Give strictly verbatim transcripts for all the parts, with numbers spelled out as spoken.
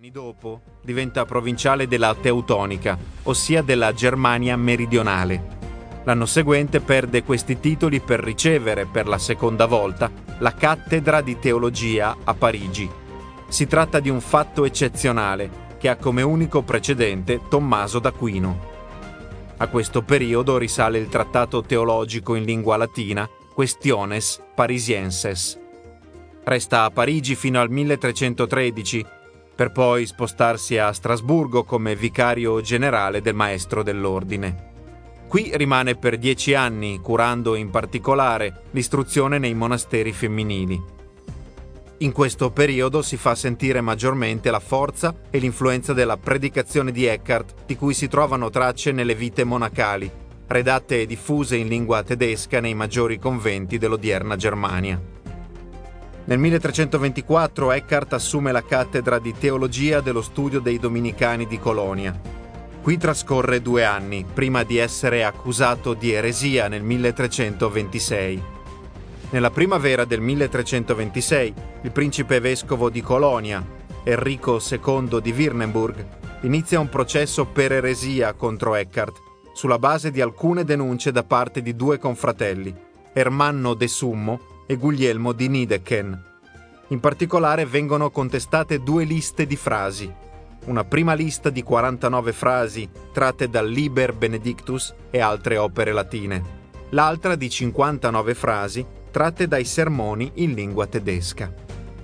Anni dopo diventa provinciale della Teutonica, ossia della Germania meridionale. L'anno seguente perde questi titoli per ricevere, per la seconda volta, la cattedra di teologia a Parigi. Si tratta di un fatto eccezionale che ha come unico precedente Tommaso d'Aquino. A questo periodo risale il trattato teologico in lingua latina Questiones Parisienses. Resta a Parigi fino al milletrecentotredici, per poi spostarsi a Strasburgo come vicario generale del maestro dell'ordine. Qui rimane per dieci anni, curando in particolare l'istruzione nei monasteri femminili. In questo periodo si fa sentire maggiormente la forza e l'influenza della predicazione di Eckhart, di cui si trovano tracce nelle vite monacali, redatte e diffuse in lingua tedesca nei maggiori conventi dell'odierna Germania. Nel milletrecentoventiquattro Eckhart assume la cattedra di teologia dello studio dei Domenicani di Colonia. Qui trascorre due anni, prima di essere accusato di eresia nel milletrecentoventisei. Nella primavera del milletrecentoventisei, il principe vescovo di Colonia, Enrico secondo di Wirnemburg, inizia un processo per eresia contro Eckhart, sulla base di alcune denunce da parte di due confratelli, Ermanno de Summo e Guglielmo di Nideken. In particolare vengono contestate due liste di frasi. Una prima lista di quarantanove frasi tratte dal Liber Benedictus e altre opere latine. L'altra di cinquantanove frasi tratte dai sermoni in lingua tedesca.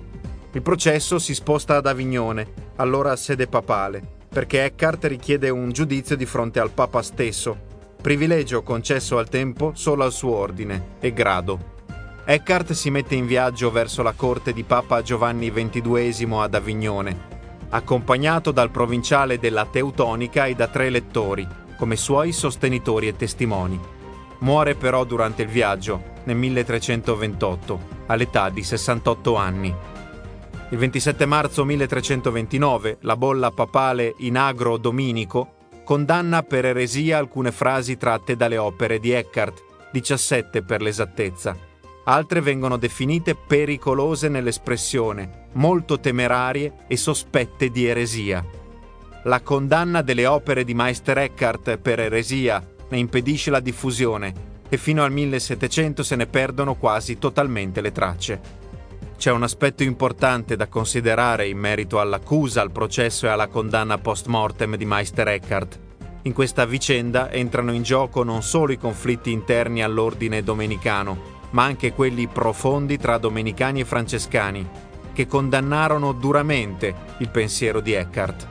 Il processo si sposta ad Avignone, allora sede papale, perché Eckhart richiede un giudizio di fronte al Papa stesso, privilegio concesso al tempo solo al suo ordine e grado. Eckhart si mette in viaggio verso la corte di Papa Giovanni ventiduesimo ad Avignone, accompagnato dal provinciale della Teutonica e da tre lettori, come suoi sostenitori e testimoni. Muore però durante il viaggio, nel milletrecentoventotto, all'età di sessantotto anni. Il ventisette marzo milletrecentoventinove, la bolla papale In Agro Dominico condanna per eresia alcune frasi tratte dalle opere di Eckhart, diciassette per l'esattezza. Altre vengono definite pericolose nell'espressione, molto temerarie e sospette di eresia. La condanna delle opere di Meister Eckhart per eresia ne impedisce la diffusione e fino al millesettecento se ne perdono quasi totalmente le tracce. C'è un aspetto importante da considerare in merito all'accusa, al processo e alla condanna post mortem di Meister Eckhart. In questa vicenda entrano in gioco non solo i conflitti interni all'ordine domenicano, ma anche quelli profondi tra domenicani e francescani, che condannarono duramente il pensiero di Eckhart.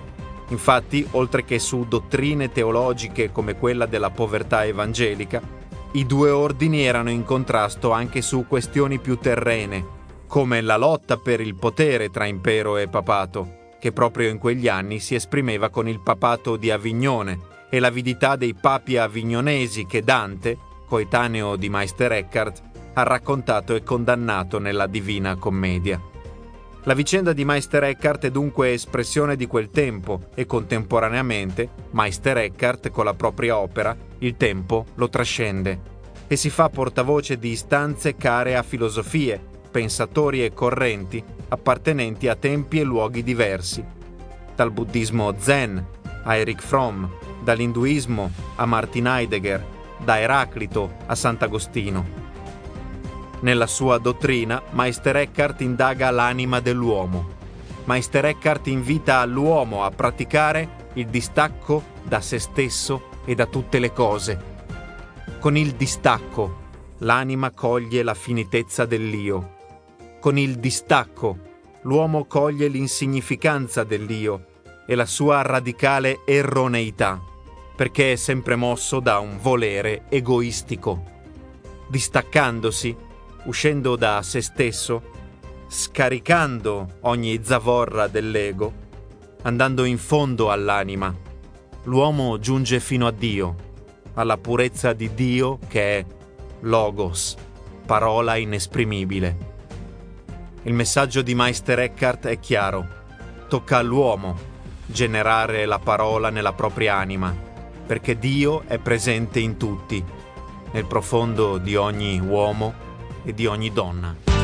Infatti, oltre che su dottrine teologiche come quella della povertà evangelica, i due ordini erano in contrasto anche su questioni più terrene, come la lotta per il potere tra impero e papato, che proprio in quegli anni si esprimeva con il papato di Avignone, e l'avidità dei papi avignonesi che Dante, coetaneo di Meister Eckhart, ha raccontato e condannato nella Divina Commedia. La vicenda di Meister Eckhart è dunque espressione di quel tempo e contemporaneamente Meister Eckhart, con la propria opera, il tempo lo trascende e si fa portavoce di istanze care a filosofie, pensatori e correnti appartenenti a tempi e luoghi diversi, dal buddismo zen a Erich Fromm, dall'induismo a Martin Heidegger, da Eraclito a Sant'Agostino. Nella sua dottrina, Meister Eckhart indaga l'anima dell'uomo. Meister Eckhart invita l'uomo a praticare il distacco da se stesso e da tutte le cose. Con il distacco, l'anima coglie la finitezza dell'io. Con il distacco, l'uomo coglie l'insignificanza dell'io e la sua radicale erroneità, perché è sempre mosso da un volere egoistico. Distaccandosi, uscendo da se stesso, scaricando ogni zavorra dell'ego, andando in fondo all'anima, l'uomo giunge fino a Dio, alla purezza di Dio che è Logos, parola inesprimibile. Il messaggio di Meister Eckhart è chiaro: tocca all'uomo generare la parola nella propria anima, perché Dio è presente in tutti, nel profondo di ogni uomo e di ogni donna.